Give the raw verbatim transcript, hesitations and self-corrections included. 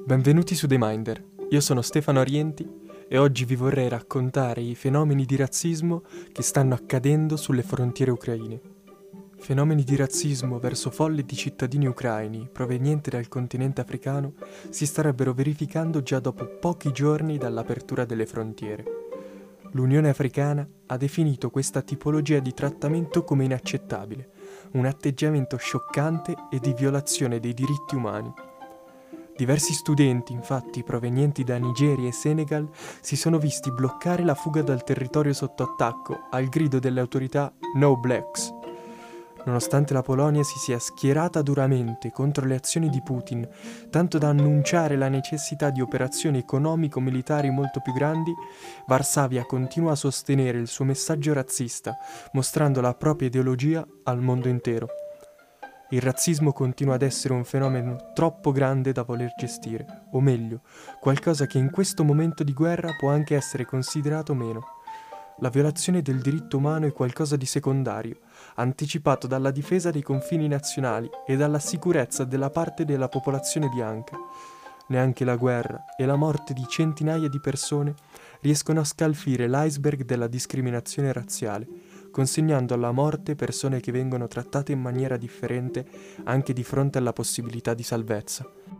Benvenuti su The Minder, io sono Stefano Orienti e oggi vi vorrei raccontare i fenomeni di razzismo che stanno accadendo sulle frontiere ucraine. Fenomeni di razzismo verso folle di cittadini ucraini provenienti dal continente africano si starebbero verificando già dopo pochi giorni dall'apertura delle frontiere. L'Unione Africana ha definito questa tipologia di trattamento come inaccettabile, un atteggiamento scioccante e di violazione dei diritti umani. Diversi studenti, infatti, provenienti da Nigeria e Senegal, si sono visti bloccare la fuga dal territorio sotto attacco al grido delle autorità No Blacks. Nonostante la Polonia si sia schierata duramente contro le azioni di Putin, tanto da annunciare la necessità di operazioni economico-militari molto più grandi, Varsavia continua a sostenere il suo messaggio razzista, mostrando la propria ideologia al mondo intero. Il razzismo continua ad essere un fenomeno troppo grande da voler gestire, o meglio, qualcosa che in questo momento di guerra può anche essere considerato meno. La violazione del diritto umano è qualcosa di secondario, anticipato dalla difesa dei confini nazionali e dalla sicurezza della parte della popolazione bianca. Neanche la guerra e la morte di centinaia di persone riescono a scalfire l'iceberg della discriminazione razziale, consegnando alla morte persone che vengono trattate in maniera differente anche di fronte alla possibilità di salvezza.